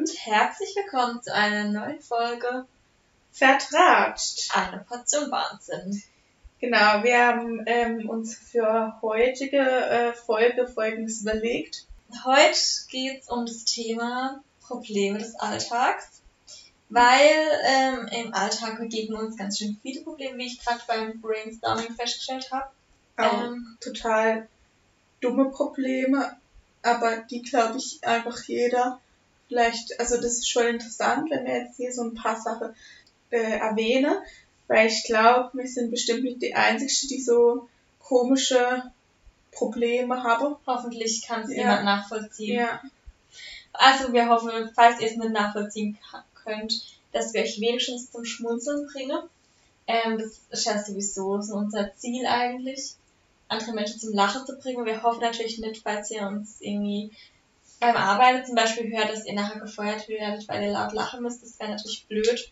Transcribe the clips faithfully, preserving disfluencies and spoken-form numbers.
und herzlich willkommen zu einer neuen Folge Vertratscht. Eine Portion Wahnsinn. Genau, wir haben ähm, uns für heutige äh, Folge Folgendes überlegt. Heute geht es um das Thema Probleme des Alltags, weil ähm, im Alltag begegnen uns ganz schön viele Probleme, wie ich gerade beim Brainstorming festgestellt habe. Auch Ähm, total dumme Probleme, aber die, glaube ich, einfach jeder vielleicht, also das ist schon interessant, wenn wir jetzt hier so ein paar Sachen äh, erwähnen, weil ich glaube, wir sind bestimmt nicht die Einzigen, die so komische Probleme haben. hoffentlich kann es Ja. jemand nachvollziehen. Ja. Also wir hoffen, falls ihr es nicht nachvollziehen könnt, dass wir euch wenigstens zum Schmunzeln bringen. Ähm, das ist ja sowieso so unser Ziel eigentlich, andere Menschen zum Lachen zu bringen. Wir hoffen natürlich nicht, falls ihr uns irgendwie beim Arbeiten zum Beispiel hört, dass ihr nachher gefeuert werdet, weil ihr laut lachen müsst. Das wäre natürlich blöd.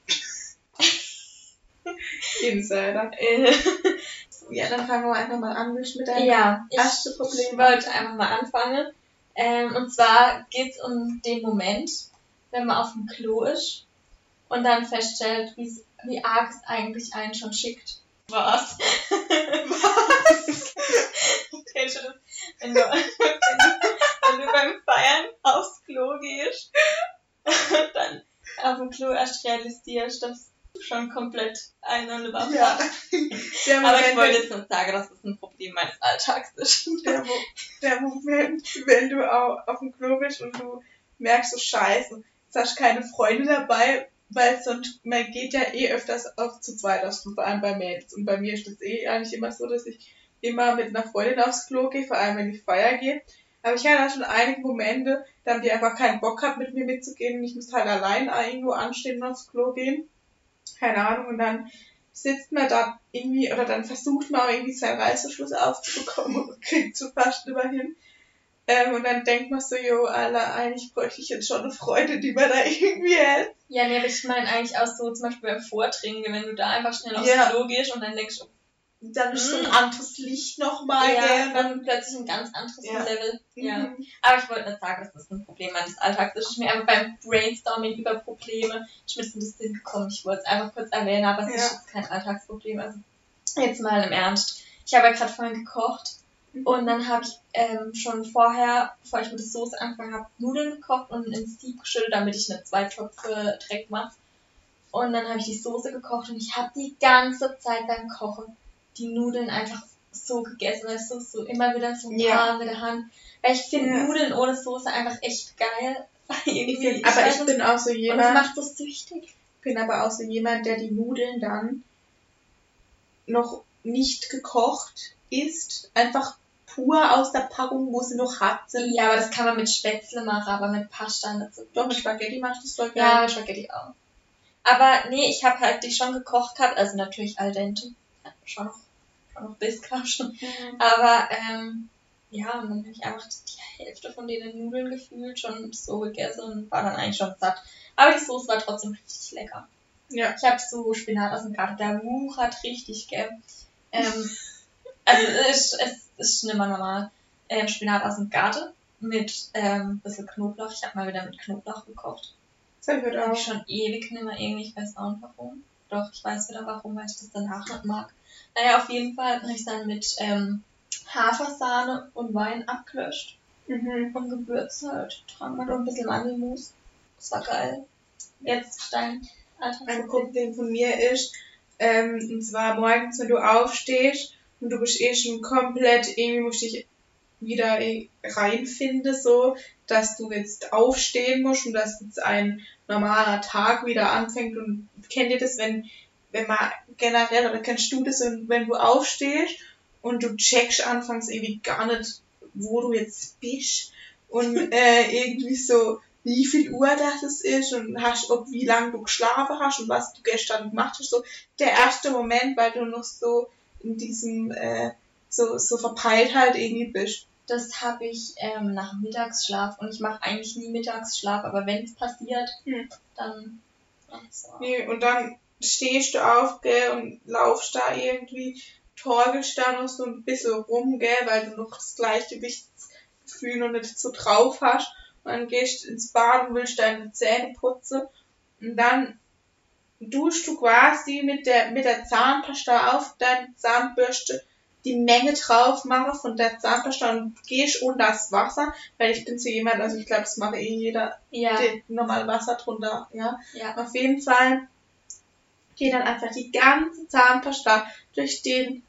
Insider. Ja, dann fangen wir einfach mal an mit deinem Ja, ich ersten Problem. wollte einfach mal anfangen. Ähm, und zwar geht es um den Moment, wenn man auf dem Klo ist und dann feststellt, wie's, wie arg es eigentlich einen schon schickt. Was? Was? Kennst du das? Wenn du, wenn, du, wenn du beim Feiern aufs Klo gehst und dann auf dem Klo erst realisierst, dass du schon komplett einen überfordert. Ja. Aber ich wollte jetzt nicht sagen, dass das ein Problem meines Alltags ist. Der, Mo- der Moment, wenn du auch auf dem Klo bist und du merkst, so scheiße, jetzt hast du keine Freunde dabei, weil sonst, man geht ja eh öfters auf zu zweit aus, vor allem bei Mädels. Und bei mir ist das eh eigentlich immer so, dass ich immer mit einer Freundin aufs Klo gehe, vor allem wenn ich feiern gehe. Aber ich hatte schon einige Momente, da haben die einfach keinen Bock gehabt, mit mir mitzugehen und ich musste halt allein irgendwo anstehen und aufs Klo gehen. Keine Ahnung, und dann sitzt man da irgendwie, oder dann versucht man auch irgendwie seinen Reißverschluss aufzubekommen und kriegt so fast immer hin. Ähm, und dann denkt man so, jo, Alter, eigentlich bräuchte ich jetzt schon eine Freundin, die mir da irgendwie hält. Ja, nee, aber ich meine eigentlich auch so zum Beispiel beim Vortrinken, wenn du da einfach schnell aufs Ja. Klo gehst und dann denkst du, Dann ist so ein Mm. anderes Licht nochmal, ja, gell, und und dann dann, plötzlich ein ganz anderes Ja. Level. Ja. Mhm. Aber ich wollte nicht sagen, dass das ein Problem meines Alltags ist. Ich bin mir einfach beim Brainstorming über Probleme ist mir das ein bisschen gekommen. Ich wollte es einfach kurz erwähnen, aber es Ja. ist jetzt kein Alltagsproblem. Also jetzt mal im Ernst. Ich habe ja gerade vorhin gekocht und dann habe ich ähm, schon vorher, bevor ich mit der Soße angefangen habe, Nudeln gekocht und ins Sieb geschüttet, damit ich nicht zwei Töpfe Dreck mache. Und dann habe ich die Soße gekocht und ich habe die ganze Zeit beim Kochen die Nudeln einfach so gegessen, weißt du, so immer wieder so Ja. warm mit der Hand. Weil ich finde Ja. Nudeln ohne Soße einfach echt geil. Ich Irgendwie, find, aber weiß ich nicht, bin auch so und das jemand, macht so süchtig. bin aber auch so jemand, der die Nudeln dann noch nicht gekocht isst, einfach pur aus der Packung, wo sie noch hart sind. Ja, aber das kann man mit Spätzle machen, aber mit Pasta nicht so. Doch, mit Spaghetti macht das voll Ja, geil. mit Spaghetti auch. Aber nee, ich habe halt die schon gekocht gehabt, also natürlich al dente. Ja, schon noch, schon noch Biss gehabt schon. Mhm. Aber, ähm, ja, und dann habe ich einfach die Hälfte von den Nudeln gefühlt schon so gegessen und war dann eigentlich schon satt. Aber die Soße war trotzdem richtig lecker. Ja. Ich habe so Spinat aus dem Garten, der wuchert richtig, gell. Ähm, also es ist, es ist nicht mehr normal. Ähm, Spinat aus dem Garten mit ähm, ein bisschen Knoblauch. Ich habe mal wieder mit Knoblauch gekocht. Das hab ich heute Habe auch. ich schon ewig nicht mehr irgendwie, ich weiß auch nicht warum. Doch, ich weiß wieder warum, weil ich das danach nicht mag. Naja, auf jeden Fall habe ich es dann mit ähm, Hafersahne und Wein abgelöscht Mhm. und Gewürz halt dran und ein bisschen Mandelmus. Das war geil. Jetzt dein Ein Alltagsproblem. Problem von mir ist, ähm, und zwar morgens, wenn du aufstehst und du bist eh schon komplett, irgendwie musst du dich wieder eh reinfinden, so, dass du jetzt aufstehen musst und dass jetzt ein normaler Tag wieder anfängt. Und kennt ihr das, wenn, wenn man generell, oder kennst du das, wenn wenn du aufstehst und du checkst anfangs irgendwie gar nicht, wo du jetzt bist und äh, irgendwie so, wie viel Uhr das ist und hast, ob wie lange du geschlafen hast und was du gestern gemacht hast, so der erste Moment, weil du noch so in diesem äh, so so verpeilt halt irgendwie bist. Das habe ich ähm, nach dem Mittagsschlaf und ich mache eigentlich nie Mittagsschlaf, aber wenn es passiert, Hm. dann so. Nee, und dann stehst du auf, gell, und laufst da irgendwie, torgelst da noch so ein bisschen rum, gell, weil du noch das Gleichgewichtsgefühl noch nicht so drauf hast. und dann gehst du ins Bad und willst deine Zähne putzen und dann duschst du quasi mit der, mit der Zahnpasta auf deine Zahnbürste die Menge drauf machen von der Zahnpasta und gehst unter das Wasser, weil ich bin so jemand, also ich glaube, das macht eh jeder, Ja. die normal Wasser drunter, ja. Ja. Auf jeden Fall geht dann einfach die ganze Zahnpasta durch den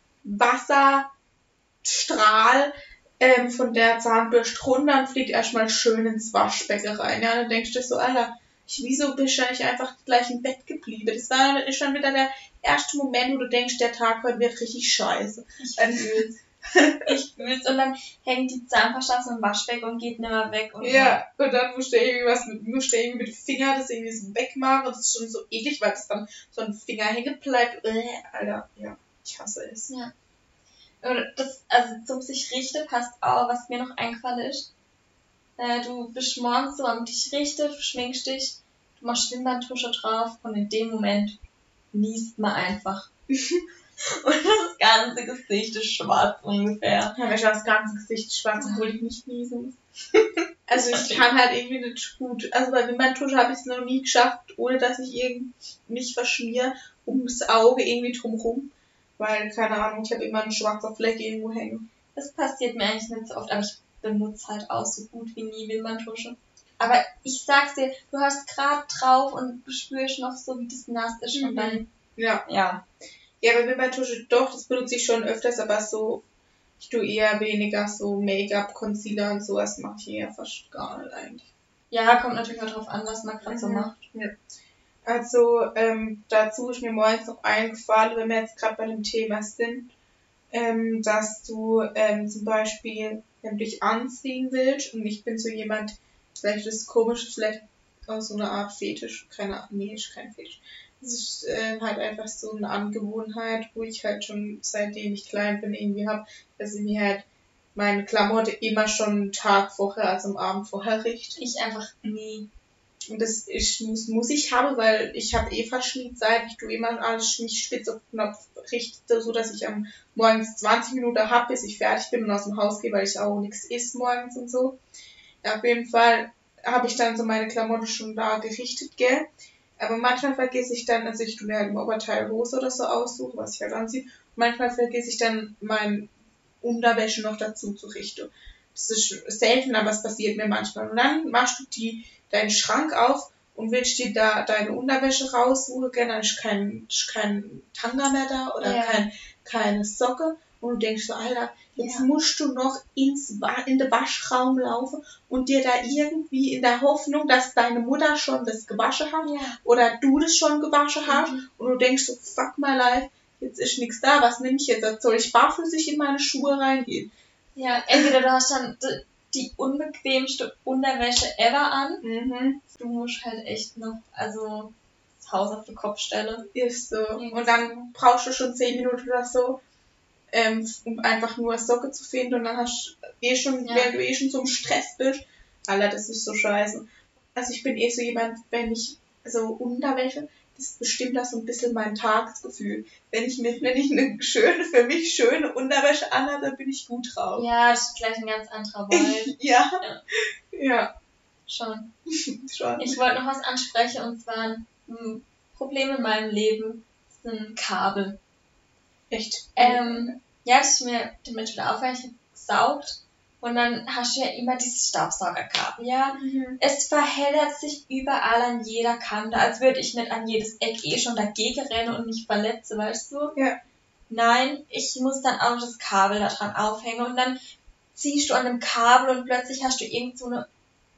Wasserstrahl ähm, von der Zahnbürste runter und fliegt erstmal schön ins Waschbecken rein. Ja, dann denkst du dir so, Alter, ich, wieso bist du nicht einfach gleich im Bett geblieben? Das war dann schon wieder der erste Moment, wo du denkst, der Tag heute wird richtig scheiße. Ich fühl's. Ich fühl's. Und dann hängt die Zahnpasta so im Waschbecken und geht nicht mehr weg. Und Ja, und dann musst du irgendwie was mit, musst du irgendwie mit dem Finger das irgendwie so wegmachen. Und das ist schon so eklig, weil es dann so ein Finger hängen bleibt. Äh, Alter, ja, ich hasse es. Ja. Und das, also zum sich richten passt auch, was mir noch eingefallen ist. Äh, du bist morgens so am dich richten, du schminkst dich, du machst Stirnbandtusche drauf und in dem Moment niest man einfach. Und das ganze Gesicht ist schwarz ungefähr. Ja, mir ist das ganze Gesicht schwarz, obwohl ich nicht niesen muss. Also ich kann halt irgendwie nicht gut. Also bei Wimperntusche habe ich es noch nie geschafft, ohne dass ich irgendwie mich verschmier ums Auge irgendwie drumherum. Weil, keine Ahnung, ich habe immer einen schwarzen Fleck irgendwo hängen. Das passiert mir eigentlich nicht so oft, aber ich benutze halt auch so gut wie nie Wimperntusche. Aber ich sag's dir, du hast grad drauf und du spürst noch so, wie das nass ist Mhm. und dann, Ja. ja. Ja, bei Wimperntusche doch, das benutze ich schon öfters, aber so, ich tue eher weniger so Make-up, Concealer und sowas mache ich eher fast gar nicht eigentlich. Ja, kommt natürlich auch drauf an, was man gerade so Mhm. macht. Ja. Also, ähm, dazu ist mir morgens noch eingefallen, wenn wir jetzt gerade bei dem Thema sind, ähm, dass du ähm, zum Beispiel, wenn du dich anziehen willst, und ich bin so jemand, vielleicht ist es komisch, vielleicht auch so eine Art Fetisch, keine Ahnung, nee, ist kein Fetisch. Es ist äh, halt einfach so eine Angewohnheit, wo ich halt schon seitdem ich klein bin irgendwie habe, dass ich mir halt meine Klamotte immer schon einen Tag vorher, also am Abend vorher richte. Ich einfach nie. Und das ist, muss, muss ich haben, weil ich habe eh Verschnitzeit, ich tue immer alles nicht spitz auf Knopf richte, so dass ich am morgens zwanzig Minuten habe, bis ich fertig bin und aus dem Haus gehe, weil ich auch nichts isst morgens und so. Ja, auf jeden Fall habe ich dann so meine Klamotte schon da gerichtet, gell. Aber manchmal vergesse ich dann, also ich tue mir halt im Oberteil Hose oder so aussuchen, was ich halt anziehe. Manchmal vergesse ich dann mein Unterwäsche noch dazu zu richten. Das ist selten, aber es passiert mir manchmal. Und dann machst du die, deinen Schrank auf und willst dir da deine Unterwäsche raussuchen, gell, dann ist kein, ist kein Tanga mehr da oder Ja. kein, keine Socke. Und du denkst so, Alter, jetzt Ja. musst du noch ins Wa- in den Waschraum laufen und dir da irgendwie in der Hoffnung, dass deine Mutter schon das gewaschen hat Ja. oder du das schon gewaschen hast Mhm. und du denkst so, fuck my life, jetzt ist nichts da, was nehme ich jetzt? Soll ich barfüßig in meine Schuhe reingehen? Ja, entweder du hast dann d- die unbequemste Unterwäsche ever an. Mhm. Du musst halt echt noch, also, das Haus auf den Kopf stellen. Ist so. Ja. Und dann brauchst du schon zehn Minuten oder so, ähm, um einfach nur Socke zu finden und dann hast du eh schon, Ja. während du eh schon so im Stress bist. Alter, das ist so scheiße. Also ich bin eh so jemand, wenn ich so Unterwäsche, das bestimmt das so ein bisschen mein Tagesgefühl. Wenn ich mit, wenn ich eine schöne, für mich schöne Unterwäsche anhabe, dann bin ich gut drauf. Ja, das ist gleich ein ganz anderer Vibe. Ja. Ja. Ja. Schon. Schon. Ich wollte noch was ansprechen und zwar ein Problem in meinem Leben sind Kabel. Echt. Ähm, ja, das ist mir damit wieder aufgehört, gesaugt und dann hast du ja immer dieses Staubsaugerkabel, ja. Mhm. Es verheddert sich überall an jeder Kante, als würde ich nicht an jedes Eck eh schon dagegen rennen und mich verletze, weißt du? Ja. Nein, ich muss dann auch noch das Kabel da dran aufhängen und dann ziehst du an dem Kabel und plötzlich hast du irgend so eine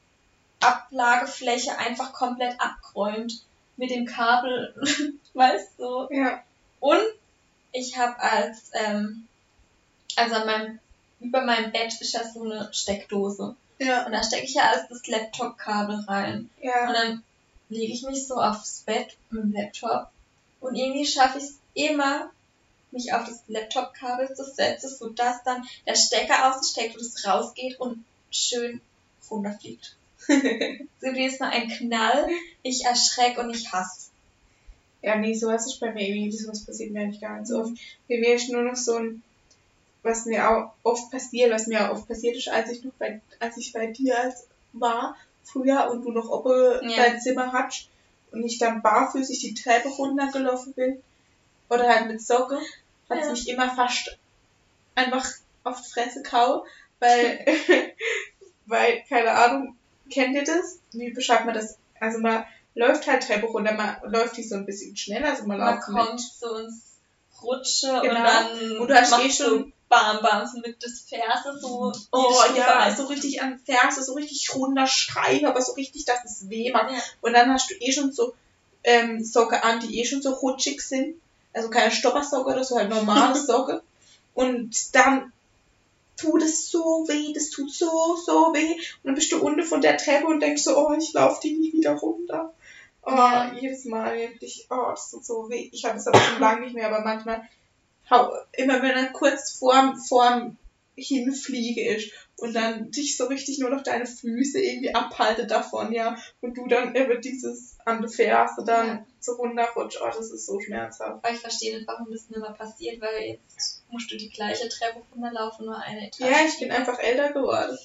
Ablagefläche einfach komplett abgeräumt mit dem Kabel, weißt du? Ja. Und ich habe als, ähm, also an meinem, über meinem Bett ist ja so eine Steckdose. Ja. Und da stecke ich ja als das Laptop-Kabel rein. Und Ja. dann lege ich mich so aufs Bett mit dem Laptop und irgendwie schaffe ich es immer, mich auf das Laptop-Kabel zu setzen, sodass dann der Stecker aussteckt und es rausgeht und schön runterfliegt. So wie ist mal ein Knall, ich erschreck und ich hasse. Ja, nee, sowas ist bei mir irgendwie, sowas passiert mir eigentlich gar nicht so oft. Bei mir ist nur noch so ein, was mir auch oft passiert, was mir auch oft passiert ist, als ich noch bei, als ich bei dir als war früher und du noch oben Ja. dein Zimmer hattest und ich dann barfüßig die Treppe runtergelaufen bin oder halt mit Socke, hat es Ja. mich immer fast einfach auf die Fresse kau, weil, weil, keine Ahnung, kennt ihr das? Wie beschreibt man das? Also man läuft halt Treppe runter, man läuft die so ein bisschen schneller, also man, Man läuft kommt mit. so ins Rutsche Genau. und dann Und du hast macht eh schon- so Bam Bams mit des Ferse so Oh jede Stufe ja, ein. so richtig an Ferse, so richtig runder Streifen, aber so richtig, dass es weh macht. Ja. Und dann hast du eh schon so ähm, Socke an, die eh schon so rutschig sind. Also keine Stoppersocke oder so, halt normale Socke. Und dann tut es so weh, das tut so, so weh. Und dann bist du unten von der Treppe und denkst so, oh, ich laufe die nie wieder runter. Oh, Ja. jedes Mal wirklich, oh, das tut so weh. Ich habe es aber schon lange nicht mehr, aber manchmal, hau, immer wenn er kurz vorm, vorm Hinfliege ist und dann dich so richtig nur noch deine Füße irgendwie abhaltet davon, ja, und du dann über dieses an der Ferse dann Ja. so runterrutscht, oh, das ist so schmerzhaft. Aber ich verstehe nicht, warum das nicht mehr passiert, weil jetzt musst du die gleiche Treppe runterlaufen, nur eine Etage. Ja, ich bin einfach älter geworden.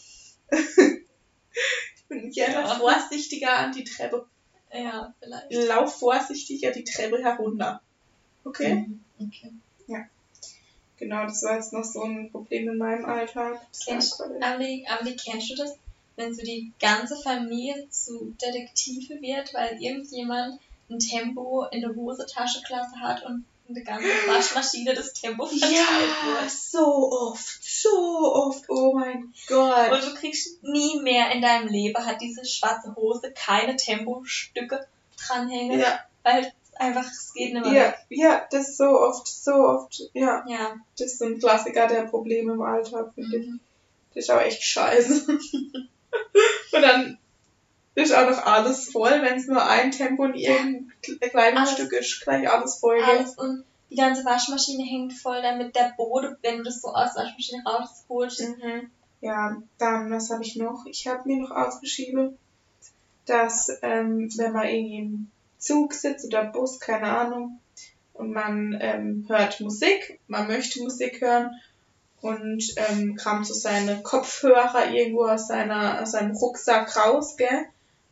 Ich bin hier einfach Ja. vorsichtiger an die Treppe. Ja, vielleicht. Lauf vorsichtiger die Treppe herunter. Okay? Mhm. Okay. Genau, das war jetzt noch so ein Problem in meinem Alltag. Das war Kennst, gerade- Amelie, Amelie, kennst du das? Wenn so die ganze Familie zu Detektive wird, weil irgendjemand ein Tempo in der Hosentasche-Klasse hat und eine ganze Waschmaschine das Tempo verteilt Ja, wird. so oft, so oft, oh mein Gott. Und du kriegst nie mehr in deinem Leben, hat diese schwarze Hose keine Tempostücke dranhängen, Ja, weil es einfach, es geht nicht mehr ja, weg. ja, das ist so oft, so oft, ja. Ja. Das ist so ein Klassiker der Probleme im Alltag, finde ich. Mhm. Das ist aber echt scheiße. Und dann ist auch noch alles voll, wenn es nur ein Tempo in irgendein Kleidungsstück ist, gleich alles voll. gell? Alles und die ganze Waschmaschine hängt voll, damit der Boden, wenn du das so aus der Waschmaschine rausholst. Mhm. Ja, dann, was habe ich noch? Ich habe mir noch aufgeschrieben, dass, ähm, wenn man irgendwie im Zug sitzt oder Bus, keine Ahnung, und man ähm, hört Musik, man möchte Musik hören und ähm, kramt so seine Kopfhörer irgendwo aus, seiner, aus seinem Rucksack raus, gell?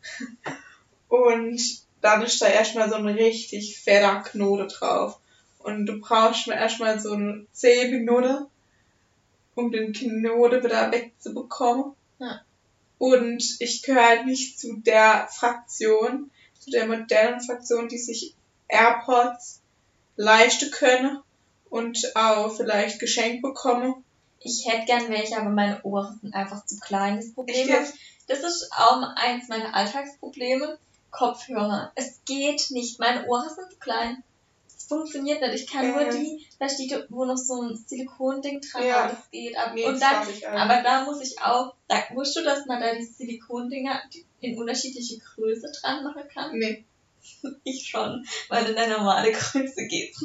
Und dann ist da erstmal so ein richtig fetter Knote drauf. Und du brauchst erstmal so eine zehn Minuten, um den Knote wieder wegzubekommen. Ja. Und ich gehöre halt nicht zu der Fraktion, zu der modernen Fraktion, die sich AirPods leisten können und auch vielleicht geschenkt bekommen. Ich hätte gern welche, aber meine Ohren sind einfach zu klein. Das Problem Echt ist, jetzt? das ist auch eins meiner Alltagsprobleme. Kopfhörer. Es geht nicht. Meine Ohren sind zu klein. Es funktioniert nicht. Ich kann Äh. nur die, da steht wo noch so ein Silikonding dran, Ja. aber das geht. Aber, Nee, und das dann, hab ich auch aber nicht. da muss ich auch, da wusstest du, dass man da die Silikondinger in unterschiedliche Größe dran machen kann? Nee. Ich schon, weil in der normale Größe geht's.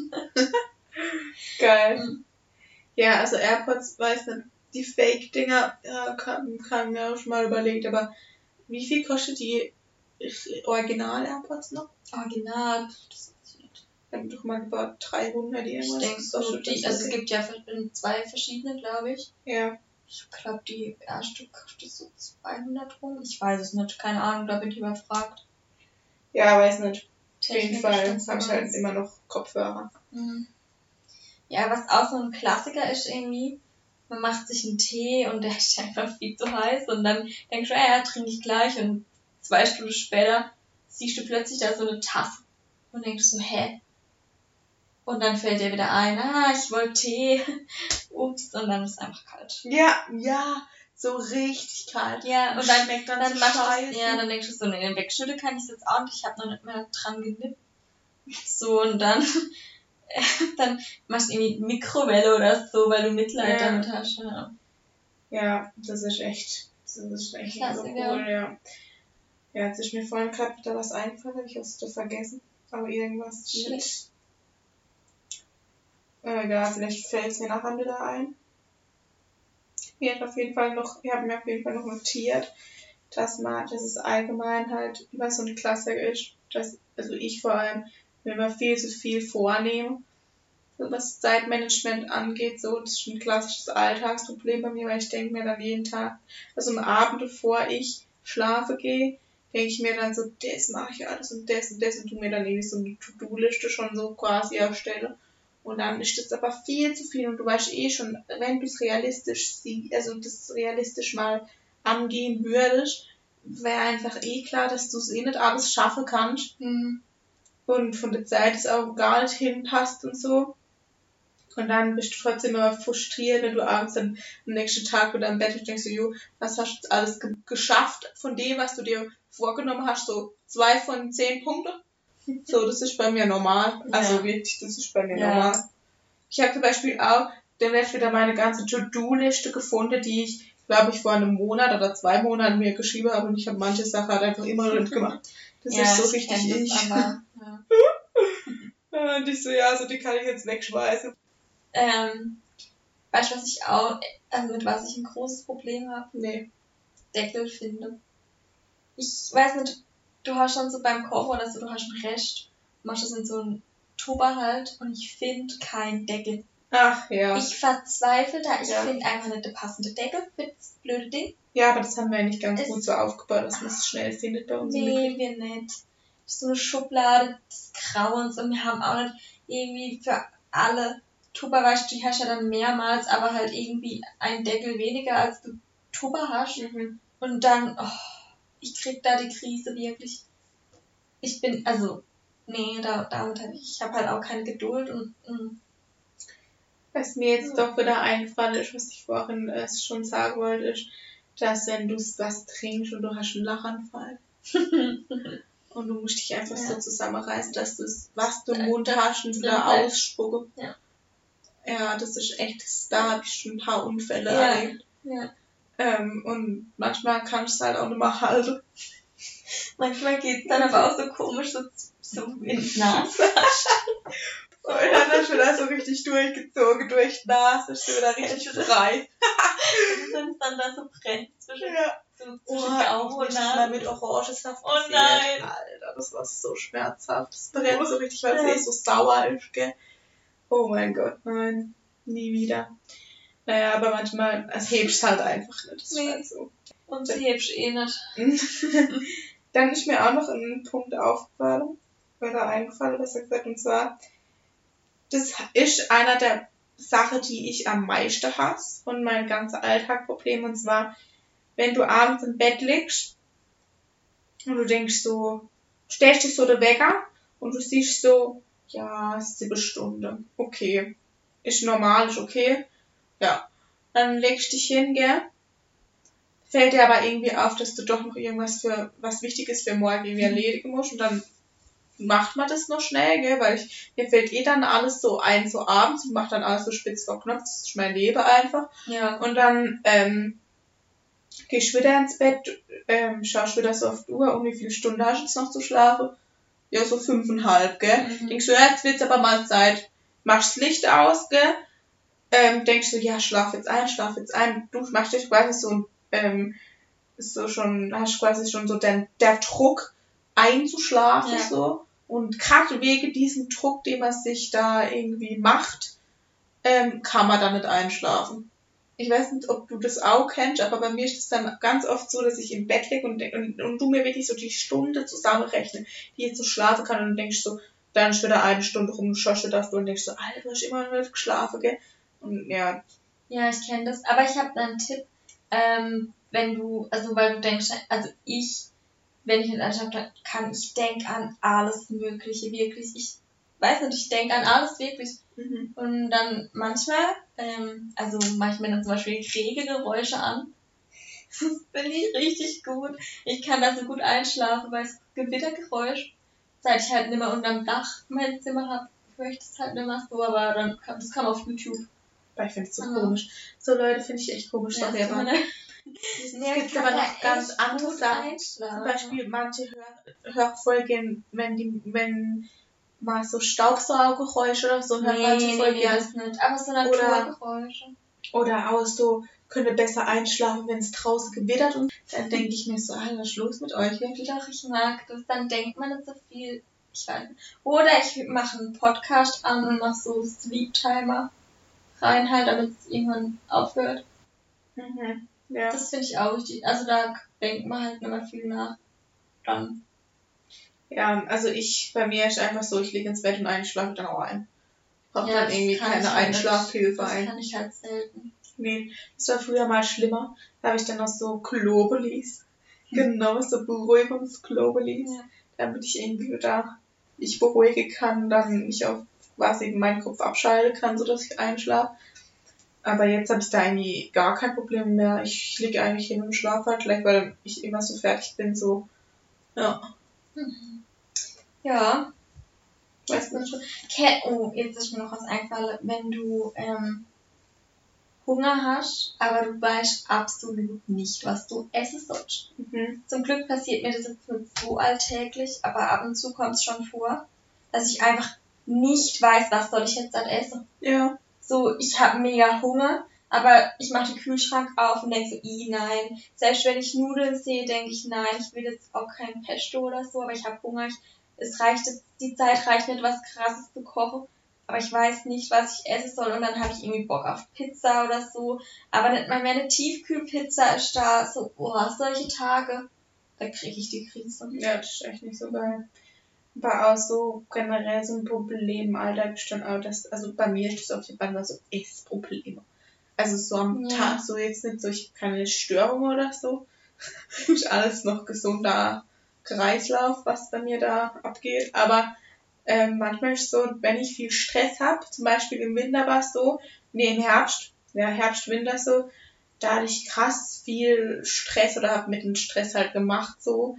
Geil. Mhm. Ja, also AirPods, weiß nicht, die Fake-Dinger, ja, kann, kann mir auch schon mal überlegt, aber wie viel kostet die Original-AirPods noch? Original, das ist nicht. Ich hab doch mal über dreihundert Ich irgendwas denke so, gekostet, die, das also es okay. gibt ja zwei verschiedene, glaube ich. Ja, Ich glaube, die erste kostet so zweihundert rum. Ich weiß es nicht, keine Ahnung, da bin ich überfragt. ja, weiß nicht. Auf jeden Technisch Fall ganz habe ich halt anders. immer noch Kopfhörer. Mhm. Ja, was auch so ein Klassiker ist irgendwie, man macht sich einen Tee und der ist einfach viel zu heiß und dann denkst du, ja, ja, trinke ich gleich und zwei Stunden später siehst du plötzlich da so eine Tasse und denkst so, hä? Und dann fällt dir wieder ein, ah, ich wollte Tee, ups, und dann ist es einfach kalt. Ja, ja, so richtig kalt. Ja, und dann, schmeckt dann, dann so machst du, scheiße. ja, dann denkst du so, nee, wegschütte kann ich es jetzt auch nicht, ich habe noch nicht mehr dran genippt. So, und dann, dann machst du irgendwie Mikrowelle oder so, weil du Mitleid Ja. damit hast. Ja. Ja, das ist echt, das ist echt so Klassiker. cool, ja. Ja, jetzt ist mir vorhin gerade wieder was eingefallen, hab ich was da vergessen. Aber irgendwas Shit. mit. Äh, ja, vielleicht fällt es mir nachher wieder ein. Mir hat auf jeden Fall noch, ich habe mir auf jeden Fall noch notiert, dass man, dass es allgemein halt immer so ein Klassiker ist, dass, also ich vor allem, mir immer viel zu viel vornehme, so was Zeitmanagement angeht, so, das ist ein klassisches Alltagsproblem bei mir, weil ich denke mir dann jeden Tag, also am Abend, bevor ich schlafen gehe, denke ich mir dann so, das mache ich alles und das und das und tu mir dann irgendwie so eine To-Do-Liste schon so quasi erstelle. Und dann ist das aber viel zu viel und du weißt eh schon, wenn du es realistisch siehst, also das realistisch mal angehen würdest, wäre einfach eh klar, dass du es eh nicht alles schaffen kannst. Mhm. Und von der Zeit es auch gar nicht hinpasst und so. Und dann bist du trotzdem immer frustriert, wenn du abends dann am nächsten Tag wieder im Bett bist und denkst so, jo, was hast du jetzt alles ge- geschafft von dem, was du dir vorgenommen hast? So zwei von zehn Punkte. So, das ist bei mir normal. Also Ja. wirklich, das ist bei mir Ja. normal. Ich habe zum Beispiel auch demnächst wieder meine ganze To-Do-Liste gefunden, die ich, glaube ich, vor einem Monat oder zwei Monaten mir geschrieben habe und ich habe manche Sachen halt einfach immer noch nicht gemacht. Das Ja, ist so ich richtig kenn das ich. aber, ja. Und ich so, ja, so die kann ich jetzt wegschmeißen. Ähm, weißt du, was ich auch, also mit was ich ein großes Problem habe? Nee. Deckel finde. Ich weiß nicht, du hast schon so beim Kochen oder so, du hast einen Rest, machst das in so einen Tupper halt und ich finde keinen Deckel. Ach ja. Ich verzweifle da, ich Ja. finde einfach nicht der passende Deckel für das blöde Ding. Ja, aber das haben wir ja nicht ganz Es- gut so aufgebaut, dass man es schnell findet bei uns. im Nee, Mikro. wir nicht. So eine Schublade des Grauens und wir haben auch nicht irgendwie für alle Tupper, weißt du, die hast ja dann mehrmals, aber halt irgendwie einen Deckel weniger als du Tupper hast. Mhm. Und dann, oh, ich krieg da die Krise wirklich. Ich bin, also, nee, da, damit habe ich, ich habe halt auch keine Geduld und, mm, Was mir jetzt doch wieder eingefallen ist, was ich vorhin äh, schon sagen wollte, ist, dass wenn du was trinkst und du hast einen Lachanfall und du musst dich einfach Ja. so zusammenreißen, dass du es, was du im Das- Mund das hast und drin wieder bleibt. ausspucken. Ja. Ja, das ist echt, da habe ich schon ein paar Unfälle Ja. erlebt. ja. Ähm, und manchmal kann ich es halt auch nicht mehr halten. Manchmal geht's dann aber auch so komisch, so, so ins Nase. Und dann hast du das so richtig durchgezogen, durch die Nase, ist du wieder richtig frei. Wenn es dann da so brennt zwischen, Ja. so zwischen Oh, Gaumen und nicht mal Nase. mit Orangensaft Oh passiert. nein. Alter, das war so schmerzhaft. Das brennt so richtig, weil es Ja. eh so sauer ist, gell. Oh mein Gott, nein. Nie wieder. Naja, aber manchmal, es hebst halt einfach nicht. Das ist Nee. halt so. Und sie hebst eh nicht. Dann ist mir auch noch ein Punkt aufgefallen, oder eingefallen, besser gesagt, und zwar, das ist einer der Sachen, die ich am meisten hasse von meinem ganzen Alltagproblem, und zwar, wenn du abends im Bett liegst und du denkst so, stellst dich so der Wecker und du siehst so, ja, sieben Stunden, okay, ist normal, ist okay, ja, dann legst du dich hin, gell, fällt dir aber irgendwie auf, dass du doch noch irgendwas für, was Wichtiges für morgen irgendwie erledigen musst und dann macht man das noch schnell, gell, weil ich, mir fällt eh dann alles so ein, so abends, ich mach dann alles so spitz vor Knopf, das ist mein Leben einfach. Ja. Und dann, ähm, gehst du wieder ins Bett, ähm, schaust wieder so auf die Uhr, um wie viele Stunden hast du jetzt noch zu schlafen? Ja, so fünfeinhalb, gell. Mhm. Denkst du, ja, jetzt wird's aber mal Zeit. Machst das Licht aus, gell. Ähm, denkst du, ja, schlaf jetzt ein, schlaf jetzt ein. Du machst dich quasi so ein, ähm, ist so schon, hast quasi schon so den, der Druck einzuschlafen, Ja. so. Und gerade wegen diesem Druck, den man sich da irgendwie macht, ähm, kann man da nicht einschlafen. Ich weiß nicht, ob du das auch kennst, aber bei mir ist es dann ganz oft so, dass ich im Bett liege und, und, und du mir wirklich so die Stunde zusammenrechnen, die ich so schlafen kann und du denkst so, dann ist wieder eine Stunde rum, du schaust wieder auf und denkst so, Alter, du hast immer noch nicht geschlafen, gell? Und ja, Ja, ich kenne das. Aber ich habe einen Tipp, ähm, wenn du, also weil du denkst, also ich, wenn ich mit anschaue, kann ich denke an alles Mögliche, wirklich. Ich weiß nicht, ich denke an alles wirklich. mhm. Und dann manchmal, ähm, also mache ich mir dann zum Beispiel Regelgeräusche an. Das finde ich richtig gut. Ich kann da so gut einschlafen, weil das Gewittergeräusch, seit ich halt nicht mehr unterm Dach mein Zimmer habe, höre ich das halt nicht mehr so, aber dann kam, das kam auf YouTube. Weil ich finde es so Mhm. komisch. So Leute finde ich echt komisch, sorry, Ja, aber es gibt aber noch ganz andere Sachen. Zum Beispiel manche Hör Hörfolgen, wenn die, wenn mal so Staubsaugergeräusche oder so, hört Nee, manche nee, voll nee, gern. das nicht. Aber so Oder- Naturgeräusche. Oder auch so, könne besser einschlafen, wenn es draußen gewittert und dann denke ich mir so, Alter, was ist los mit euch? Wirklich, doch, ich mag das. Dann denkt man nicht so viel. Ich weiß nicht. Oder ich mache einen Podcast an und mache so Sleep Timer rein halt, damit es irgendwann aufhört. Mhm. Ja. Das finde ich auch wichtig. Also da denkt man halt nicht mehr viel nach. Dann. Ja, also ich, bei mir ist einfach so, ich liege ins Bett und einschlafe dann auch ein. Ich brauche Ja, dann das irgendwie kann keine ich halt nicht. Einschlafhilfe Das ein. kann ich halt selten. Nee, das war früher mal schlimmer. Da habe ich dann noch so Globulis. Genau, so Beruhigungsglobulis. Ja. Damit ich irgendwie wieder mich beruhigen kann, dann mich auf quasi meinen Kopf abschalten kann, sodass ich einschlafe. Aber jetzt habe ich da irgendwie gar kein Problem mehr. Ich liege eigentlich hin und schlafe halt gleich, weil ich immer so fertig bin, so. Ja. Mhm. Ja. Weißt du schon. Ke- oh, jetzt ist mir noch was eingefallen. Wenn du ähm, Hunger hast, aber du weißt absolut nicht, was du essen sollst. Mhm. Zum Glück passiert mir das jetzt nicht so alltäglich, aber ab und zu kommt es schon vor, dass ich einfach nicht weiß, was soll ich jetzt dann essen. Ja. So, ich habe mega Hunger, aber ich mache den Kühlschrank auf und denke so, i nein. Selbst wenn ich Nudeln sehe, denke ich, nein, ich will jetzt auch kein Pesto oder so, aber ich habe Hunger. Ich, es reicht jetzt, die Zeit reicht nicht, was Krasses zu kochen, aber ich weiß nicht, was ich essen soll und dann habe ich irgendwie Bock auf Pizza oder so. Aber nicht mal mehr eine Tiefkühlpizza ist da. So, oh, solche Tage, da kriege ich die Krise. Ja, das ist echt nicht so geil. War auch so generell so ein Problem im Alltag stand auch, dass, also bei mir ist das auf jeden Fall mal so Essprobleme. Also so am Ja. Tag, so jetzt nicht so, ich habe keine Störung oder so. Ist alles noch gesunder Kreislauf, was bei mir da abgeht. Aber ähm, manchmal ist es so, wenn ich viel Stress habe, zum Beispiel im Winter war es so, nee, im Herbst, ja, Herbst, Winter so, da hatte ich krass viel Stress oder habe mit dem Stress halt gemacht so.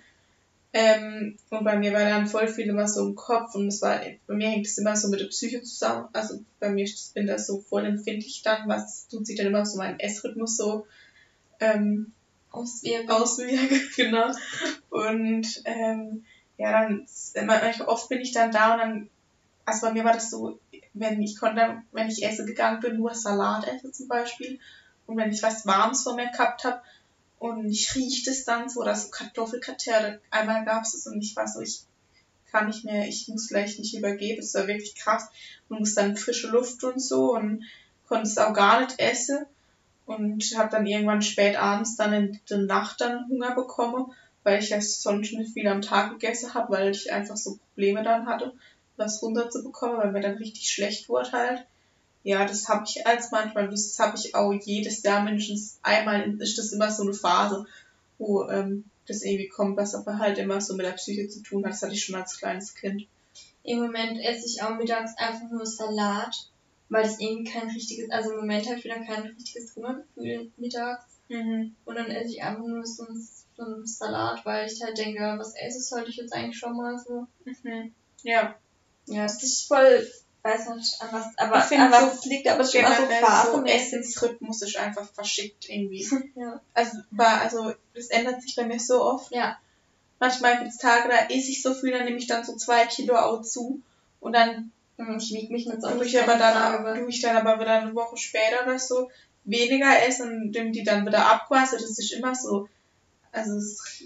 Ähm, und bei mir war dann voll viel immer so im Kopf und es war, bei mir hängt es immer so mit der Psyche zusammen. Also bei mir ist- bin das so voll empfindlich dann, was tut sich dann immer so meinen Essrhythmus so ähm, Auswirken. auswirken, genau. Und ähm, ja, dann manchmal oft bin ich dann da und dann, also bei mir war das so, wenn ich konnte, dann, wenn ich essen gegangen bin, nur Salat esse zum Beispiel. Und wenn ich was Warmes vor mir gehabt habe und ich rieche das dann so, oder so Kartoffelkartelle, einmal gab es es und ich war so, ich kann nicht mehr, ich muss gleich nicht übergeben, es war wirklich krass. Man muss dann frische Luft und so und konnte es auch gar nicht essen. Und habe dann irgendwann spät abends dann in der Nacht dann Hunger bekommen, weil ich ja sonst nicht viel am Tag gegessen habe, weil ich einfach so Probleme dann hatte, was runterzubekommen, weil mir dann richtig schlecht wurde halt. Ja, das habe ich als manchmal, das habe ich auch jedes Jahr mindestens einmal, ist das immer so eine Phase, wo ähm, das irgendwie kommt, was aber halt immer so mit der Psyche zu tun hat. Das hatte ich schon als kleines Kind. Im Moment esse ich auch mittags einfach nur Salat, weil ich irgendwie kein richtiges, also im Moment habe ich wieder kein richtiges Hungergefühl mittags. Mhm. Und dann esse ich einfach nur so einen, so einen Salat, weil ich halt denke, was esse sollte ich jetzt eigentlich schon mal so. Mhm. Ja. Ja, das ist voll, weiß nicht, an was, aber Ich find an was so es liegt, aber es ist immer so generell so phasenmäßig. Essensrhythmus ist einfach verschickt irgendwie. Ja. Also, war, also, das ändert sich bei mir so oft. Ja. Manchmal gibt es Tage, da esse ich so viel, dann nehme ich dann so zwei Kilo auch zu. Und dann Hm, Ich wiege mich mit so tue ich aber dann, tue ich dann aber wieder eine Woche später oder so weniger essen und nehme die dann wieder ab quasi. Das ist immer so. Also, es,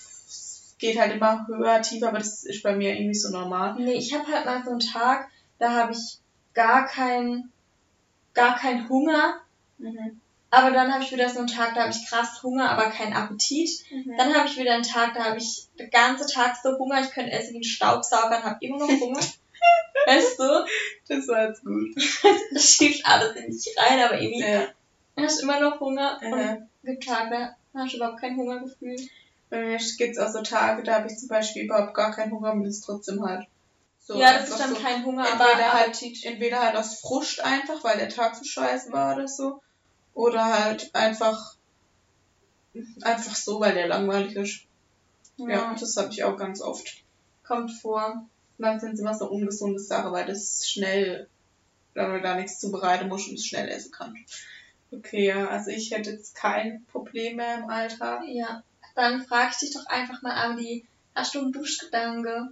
es geht halt immer höher, tiefer, aber das ist bei mir irgendwie so normal. Nee, ich habe halt mal so einen Tag, da habe ich gar keinen gar keinen Hunger. Mhm. Aber dann habe ich wieder so einen Tag, da habe ich krass Hunger, aber keinen Appetit. Mhm. Dann habe ich wieder einen Tag, da habe ich den ganzen Tag so Hunger, ich könnte essen wie ein Staubsauger und habe immer noch Hunger. Weißt du? Das war jetzt gut. Das schiebt alles in dich rein, aber irgendwie Ja. hast du immer noch Hunger. Mhm. Und gibt Tage, da hast du überhaupt kein Hungergefühl. Bei mir gibt es auch so Tage, da habe ich zum Beispiel überhaupt gar keinen Hunger und ist trotzdem halt so. Ja, das einfach ist dann so, kein Hunger, entweder aber halt, Appetit. entweder halt aus Frust einfach, weil der Tag so scheiße war oder so. Oder halt einfach, einfach so, weil der langweilig ist. Ja, Ja, das habe ich auch ganz oft. kommt vor. Und dann sind es immer so ungesunde Sachen, weil das schnell, weil man da nichts zubereiten muss und es schnell essen kann. Okay, ja, also ich hätte jetzt kein Problem mehr im Alltag. Ja, dann frage ich dich doch einfach mal, Andi, hast du einen Duschgedanke?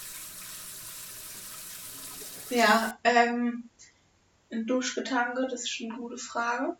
Ja, ähm, ein Duschgedanke, das ist eine gute Frage.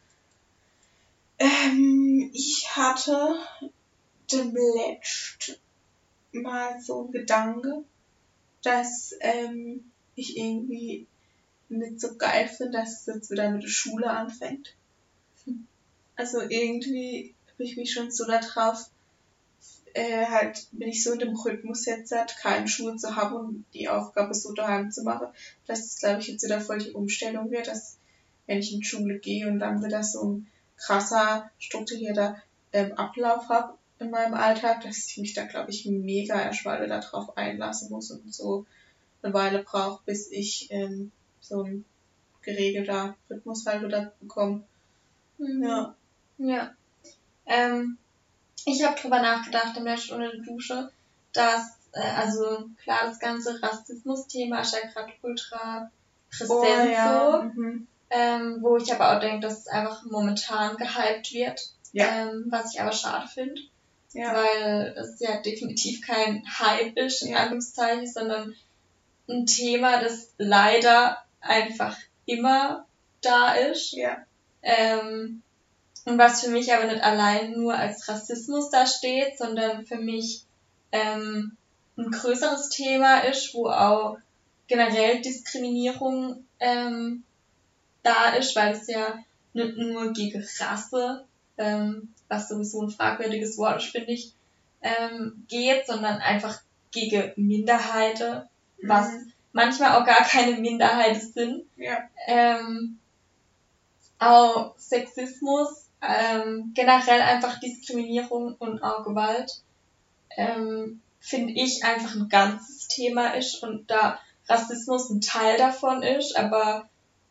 Ähm, ich hatte dem letzt mal so einen Gedanke, dass ähm, ich irgendwie nicht so geil finde, dass es jetzt wieder mit der Schule anfängt. Also irgendwie habe ich mich schon so da drauf, äh, halt, bin ich so in dem Rhythmus jetzt halt, keine Schule zu haben und die Aufgabe so daheim zu machen, dass das, glaube ich, jetzt wieder voll die Umstellung wird, dass wenn ich in die Schule gehe und dann wieder so ein krasser, strukturierter ähm, Ablauf habe in meinem Alltag, dass ich mich da, glaube ich, mega erstmal wieder darauf einlassen muss und so eine Weile brauche, bis ich ähm, so ein geregelter Rhythmus halt wieder bekomme. Mhm. Ja. Ja. Ähm, ich habe drüber nachgedacht im letzten unter der Dusche, dass, äh, also klar, das ganze Rassismus-Thema ist ja gerade ultra präsent Oh, ja. so, Mhm. ähm, wo ich aber auch denke, dass es einfach momentan gehypt wird, Ja. ähm, was ich aber schade finde, Ja. weil es ja definitiv kein Hype ist, in Ja. Anführungszeichen, sondern ein Thema, das leider einfach immer da ist. Ja. Ähm, und was für mich aber nicht allein nur als Rassismus da steht, sondern für mich ähm, ein größeres Thema ist, wo auch generell Diskriminierung ähm, da ist, weil es ja nicht nur gegen Rasse, ähm, was sowieso ein fragwürdiges Wort ist, finde ich, ähm, geht, sondern einfach gegen Minderheiten, was Mhm. manchmal auch gar keine Minderheiten sind. Ja. Ähm, auch Sexismus, ähm, generell einfach Diskriminierung und auch Gewalt, ähm, finde ich einfach ein ganzes Thema ist und da Rassismus ein Teil davon ist, aber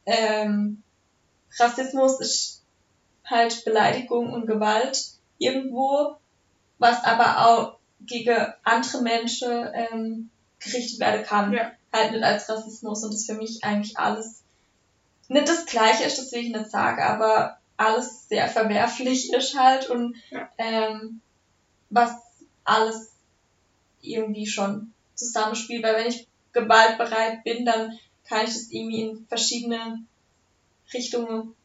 ähm, Rassismus ist halt Beleidigung und Gewalt irgendwo, was aber auch gegen andere Menschen ähm, gerichtet werden kann, Ja. halt nicht als Rassismus und das für mich eigentlich alles nicht das Gleiche ist, das will ich nicht sagen, aber alles sehr verwerflich ist halt und Ja. ähm, was alles irgendwie schon zusammenspielt, weil wenn ich gewaltbereit bin, dann kann ich das irgendwie in verschiedene Richtungen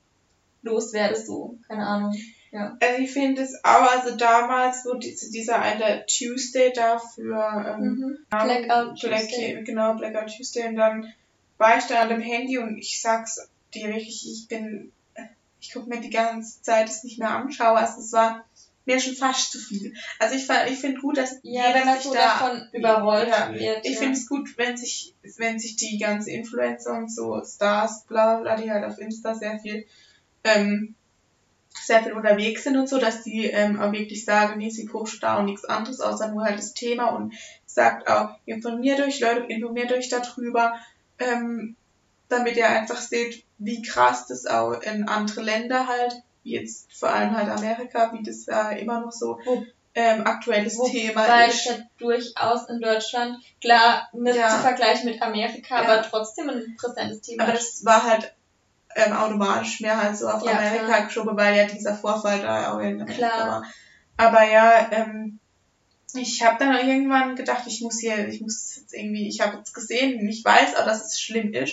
loswerden, so, keine Ahnung, ja. Also ich finde es auch, also damals, wo diese, dieser eine Tuesday da für ähm, Mhm. Blackout Tuesday. Black, genau, Blackout Tuesday und dann war ich da an dem Handy und ich sag's dir wirklich, ich bin, ich gucke mir die ganze Zeit das nicht mehr anschaue, also es war mir schon fast zu viel. Also ich, ich finde gut, dass Ja, jeder wenn man sich so da, davon überrollt ja, wird. ich ja. finde es gut, wenn sich, wenn sich die ganzen Influencer und so, Stars, bla bla, die halt auf Insta sehr viel, ähm, sehr viel unterwegs sind und so, dass die ähm, auch wirklich sagen, nee, sie postet da auch nichts anderes, außer nur halt das Thema und sagt auch, informiert euch Leute, informiert euch darüber, ähm, damit ihr einfach seht, wie krass das auch in andere Länder halt, wie jetzt vor allem halt Amerika, wie das da äh, immer noch so Wo, ähm, aktuelles Thema weil ist. es ja durchaus in Deutschland, klar, nicht Ja. zu vergleichen mit Amerika, Ja. aber trotzdem ein präsentes Thema. Aber das war halt ähm, automatisch mehr halt so auf Ja, Amerika klar. geschoben, weil ja dieser Vorfall da auch in Amerika Klar. war. Aber ja, ähm, ich habe dann irgendwann gedacht, ich muss hier, ich muss jetzt irgendwie, ich habe jetzt gesehen, ich weiß auch, dass es schlimm ist.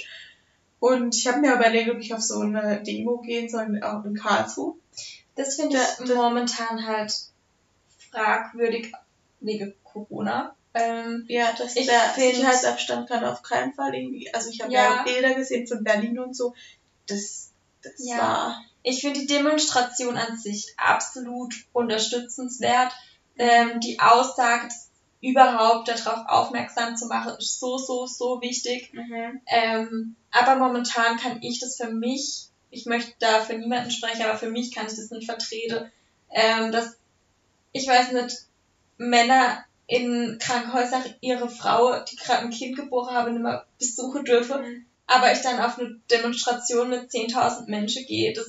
Und ich habe mir überlegt, ob ich auf so eine Demo gehen soll, auch in Karlsruhe. Das finde Da- ich das- momentan halt fragwürdig wegen Corona. Ähm, Ja, dass Ich der find- Sicherheitsabstand kann auf keinen Fall irgendwie, also ich habe Ja. ja Bilder gesehen von Berlin und so, das, das Ja. war, ich finde die Demonstration an sich absolut unterstützenswert. Ähm, die Aussage, das überhaupt darauf aufmerksam zu machen, ist so, so, so wichtig. mhm. Ähm, aber momentan kann ich das für mich, ich möchte da für niemanden sprechen, aber für mich kann ich das nicht vertreten, ähm, dass, ich weiß nicht, Männer in Krankenhäusern ihre Frau, die gerade ein Kind geboren haben, nicht mehr besuchen dürfen, Mhm. aber ich dann auf eine Demonstration mit zehntausend Menschen gehe. Das,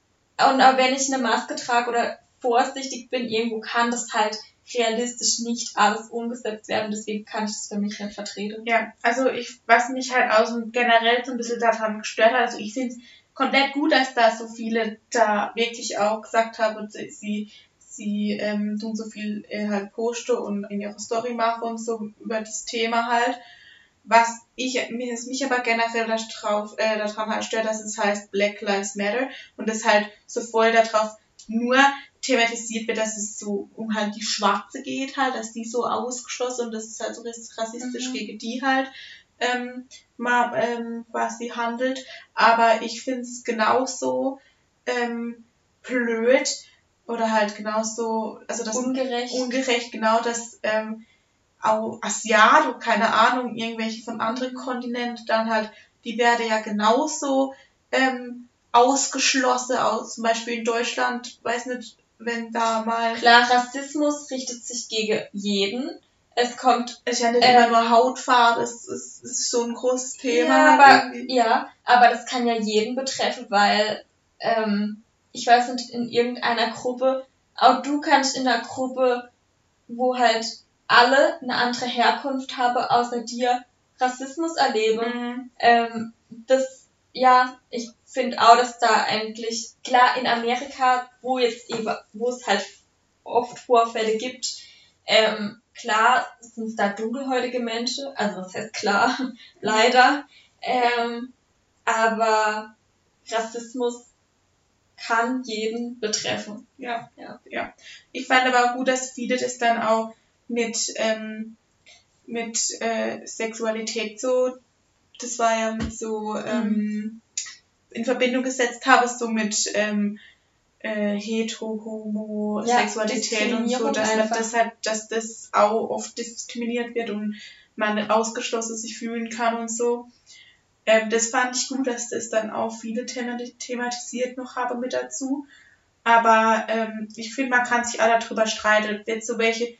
und auch wenn ich eine Maske trage oder vorsichtig bin, irgendwo kann das halt realistisch nicht alles umgesetzt werden. Deswegen kann ich das für mich nicht vertreten. Ja, also ich, was mich halt auch so generell so ein bisschen daran gestört hat, also ich finde es komplett gut, dass da so viele da wirklich auch gesagt haben, sie, sie, sie ähm, tun so viel äh, halt posten und in ihrer Story machen und so über das Thema halt. Was ich, mir ist mich aber generell da drauf, äh, daran halt stört, dass es heißt Black Lives Matter und das halt so voll darauf nur thematisiert wird, dass es so um halt die Schwarze geht halt, dass die so ausgeschlossen und das ist halt so rassistisch Mhm. gegen die halt ähm, mal ähm, quasi handelt. Aber ich finde es genauso ähm, blöd oder halt genauso, also das ungerecht. ungerecht, genau, dass ähm, auch Asiaten, keine Ahnung, irgendwelche von anderen Kontinenten, dann halt, die werden ja genauso ähm, ausgeschlossen, aus, zum Beispiel in Deutschland, weiß nicht, wenn da mal... Klar, Rassismus richtet sich gegen jeden. Es kommt... Es ist ja nicht ähm, immer nur Hautfarbe, es ist, es ist so ein großes Thema. Ja, halt aber, irgendwie. ja, aber das kann ja jeden betreffen, weil, ähm, ich weiß nicht, in irgendeiner Gruppe, auch du kannst in einer Gruppe, wo halt alle eine andere Herkunft haben, außer dir, Rassismus erleben. Mhm. Ähm, das, ja, ich finde auch, dass da eigentlich, klar, in Amerika, wo jetzt eben, wo es halt oft Vorfälle gibt, ähm, klar sind es da dunkelhäutige Menschen, also das heißt klar, leider, ähm, aber Rassismus kann jeden betreffen. Ja, Ja. ja. Ich fand aber auch gut, dass viele das dann auch mit, ähm, mit äh, Sexualität so, das war ja mit so ähm, in Verbindung gesetzt habe, so mit ähm, äh, hetero, homo, Ja, Sexualität und so, Diskriminierung dass man einfach. das halt, dass das auch oft diskriminiert wird und man ausgeschlossen sich fühlen kann und so. Ähm, das fand ich gut, dass das dann auch viele themati- thematisiert noch habe mit dazu. Aber ähm, ich finde, man kann sich alle darüber streiten. Jetzt so welche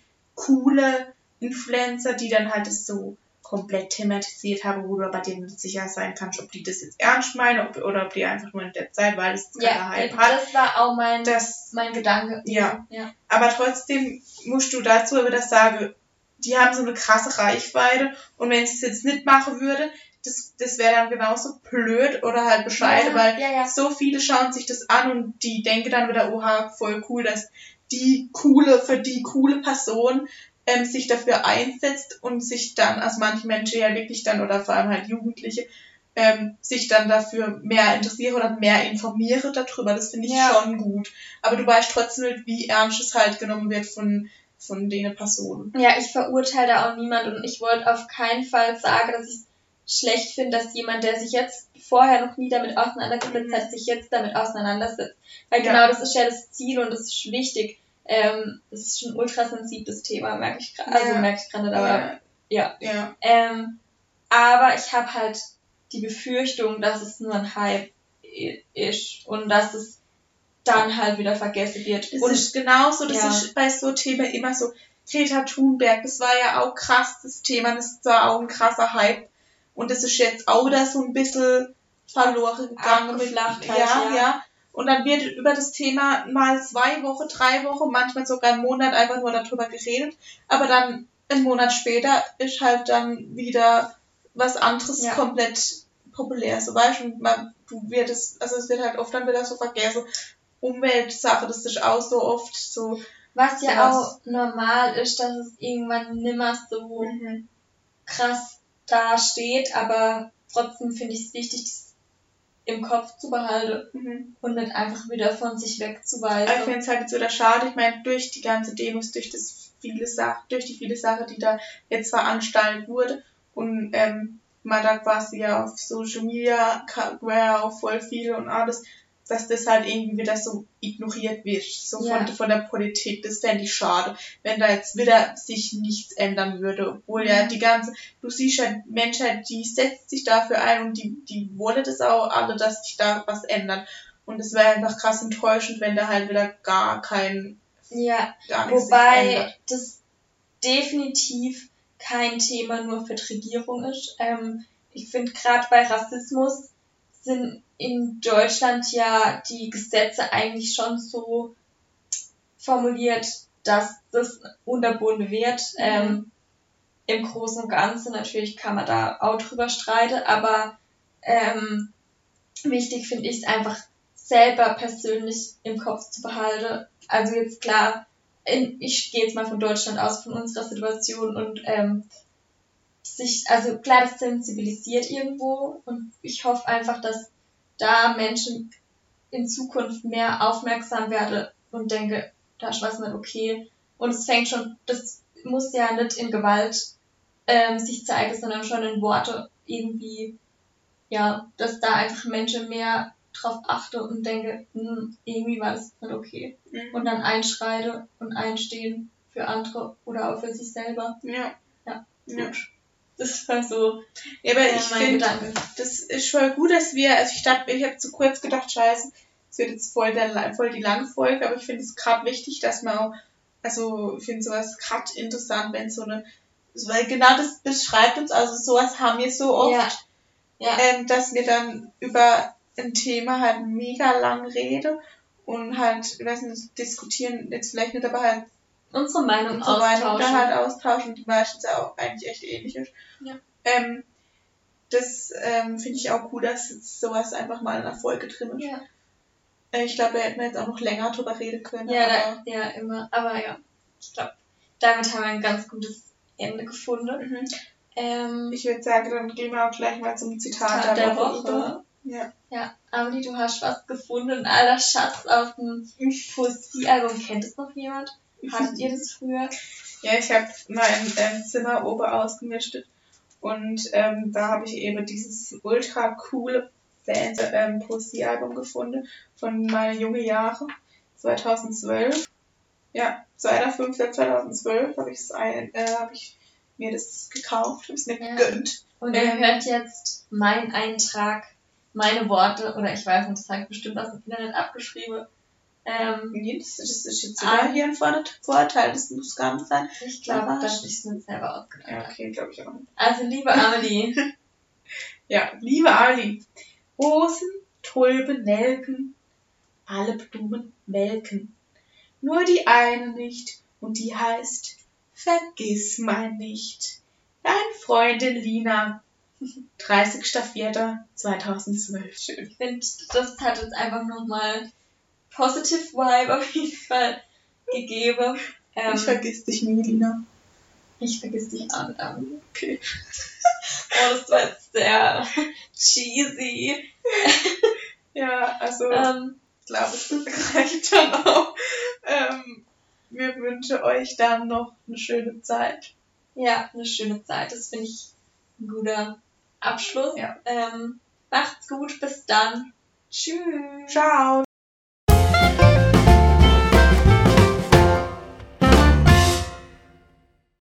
coole Influencer, die dann halt das so komplett thematisiert haben, wo du bei denen nicht sicher sein kannst, ob die das jetzt ernst meinen ob, oder ob die einfach nur in der Zeit, weil es Ja, gerade Hype hat. das war auch mein, Das, mein Gedanke. ja. ja. Aber trotzdem musst du dazu wieder sagen, die haben so eine krasse Reichweite und wenn ich es jetzt nicht machen würde, das, das wäre dann genauso blöd oder halt bescheiden, Ja, weil ja, ja. so viele schauen sich das an und die denken dann wieder, oha, voll cool, dass die coole, für die coole Person ähm, sich dafür einsetzt und sich dann, also manche Menschen ja wirklich dann, oder vor allem halt Jugendliche, ähm, sich dann dafür mehr interessiere oder mehr informiere darüber. Das finde ich Ja. schon gut. Aber du weißt trotzdem nicht, wie ernst es halt genommen wird von, von den Personen. Ja, ich verurteile da auch niemand und ich wollte auf keinen Fall sagen, dass ich es schlecht finde, dass jemand, der sich jetzt vorher noch nie damit auseinandergesetzt hat, sich jetzt damit auseinandersetzt. Weil Ja. genau das ist ja das Ziel und das ist wichtig. Ähm, das ist schon ein ultrasensibles Thema, merke ich gerade. Also Ja. merke ich gerade nicht, aber ja. Ja. ja. Ähm, aber ich habe halt die Befürchtung, dass es nur ein Hype i- ist und dass es dann halt wieder vergessen wird. Das und ist genauso, das ja. ist bei so Themen immer so. Greta Thunberg, das war ja auch krass, das Thema, das war auch ein krasser Hype. Und das ist jetzt auch da so ein bisschen verloren gegangen. Mit, Abgeflacht ja, halt, ja, ja. Und dann wird über das Thema mal zwei Wochen, drei Wochen, manchmal sogar einen Monat einfach nur darüber geredet. Aber dann einen Monat später ist halt dann wieder was anderes Ja. komplett populär. So weißt du, und man, du wird es, also es wird halt oft dann wieder so vergessen. Umweltsache, das ist auch so oft so. Was ja sowas. auch normal ist, dass es irgendwann nimmer so Mhm. krass dasteht, aber trotzdem finde ich es wichtig, das im Kopf zu behalten Mhm. und nicht einfach wieder von sich Aber ich wegzuweisen. finde es halt jetzt wieder schade, ich meine, durch die ganze Demos, durch das viele Sachen, durch die viele Sachen, die da jetzt veranstaltet wurde und ähm, man da quasi ja auf Social Media war ja auch voll viel und alles, dass das halt irgendwie wieder so ignoriert wird, so Ja. von, von der Politik. Das fände ich schade, wenn da jetzt wieder sich nichts ändern würde, obwohl ja Mhm. die ganze, du siehst ja, die Menschheit, die setzt sich dafür ein und die, die wollen das auch alle, dass sich da was ändert. Und es wäre einfach krass enttäuschend, wenn da halt wieder gar kein, Ja, gar nichts sich wobei ändert. das definitiv kein Thema nur für die Regierung ist. Ähm, ich finde gerade bei Rassismus sind in Deutschland ja die Gesetze eigentlich schon so formuliert, dass das unterbunden wird. Mhm. Ähm, Im Großen und Ganzen natürlich kann man da auch drüber streiten, aber ähm, wichtig finde ich es einfach selber persönlich im Kopf zu behalten. Also jetzt klar, in, ich gehe jetzt mal von Deutschland aus, von unserer Situation und ähm, sich, also klar, das sensibilisiert irgendwo und ich hoffe einfach, dass da Menschen in Zukunft mehr aufmerksam werden und denke, da ist was nicht okay. Und es fängt schon, das muss ja nicht in Gewalt ähm, sich zeigen, sondern schon in Worte irgendwie, ja, dass da einfach Menschen mehr drauf achte und denke, hm, irgendwie war das nicht okay. Mhm. Und dann einschreite und einstehen für andere oder auch für sich selber. Ja. Ja, Ja. gut. Das war so Ja, aber äh, ich mein finde, Gedanke. das ist voll gut, dass wir, also ich dachte, ich habe zu kurz gedacht, scheiße, es wird jetzt voll, der, voll die lange Folge, aber ich finde es gerade wichtig, dass man auch, also ich finde sowas gerade interessant, wenn so eine, weil genau das beschreibt uns, also sowas haben wir so oft, Ja. Ja. ähm, dass wir dann über ein Thema halt mega lang reden und halt, ich weiß nicht, diskutieren, jetzt vielleicht nicht, aber halt Unsere Meinung unsere Meinung da austauschen. halt austauschen, die meistens auch eigentlich echt ähnlich ist. Ja. Ähm, das ähm, finde ich auch cool, dass jetzt sowas einfach mal in der Folge drin ist. Ja, Äh, ich glaube, da hätten wir jetzt auch noch länger drüber reden können. ja, aber da, ja, immer. Aber ja, ich glaube, damit haben wir ein ganz gutes Ende gefunden. mhm. Ähm, Ich würde sagen, dann gehen wir auch gleich mal zum Zitat, Zitat der, der Woche. Woche. über. Ja. Ja, Amelie, du hast was gefunden. Alter Schatz auf dem Poesiealbum. Kennt es noch jemand? Hattet ihr das früher? Ja, ich habe mein ähm, Zimmer oben ausgemistet und ähm, da habe ich eben dieses ultra coole Band ähm, Poesiealbum gefunden von meinen jungen Jahren, zweitausendzwölf. Ja, zweiter fünfter zweitausendzwölf habe ich, ein, äh, hab ich mir das gekauft, habe es mir Ja. gegönnt. Und ihr Ähm, hört jetzt meinen Eintrag, meine Worte, oder ich weiß nicht, das habe ich bestimmt aus dem Internet abgeschrieben. Ähm, Nee, das, das ist jetzt Ah. sogar hier ein Vor- Vorteil, das muss gar nicht sein. ich glaube, Aber- dass ich es mir selber ausgedacht Ja, habe. okay, glaube ich auch nicht. Also, liebe Amelie, Ja, liebe Ali, Rosen, Tulpen, Nelken, alle Blumen melken. Nur die eine nicht, und die heißt Vergiss mein nicht. Dein Freundin Lina, dreißigster vierter zweitausendzwölf. Schön. ich finde, das hat uns einfach nochmal positive Vibe auf jeden Fall gegeben. Ähm, Ich vergiss dich nie, Lina. ich vergiss dich auch nicht, Amelie. Okay. Oh, das war jetzt sehr cheesy. Ja, also, Ähm, ich glaube, es reicht dann auch. Ähm, wir wünschen euch dann noch eine schöne Zeit. ja, eine schöne Zeit. Das finde ich ein guter Abschluss. Ja. Ähm, macht's gut, bis dann. Tschüss. Ciao.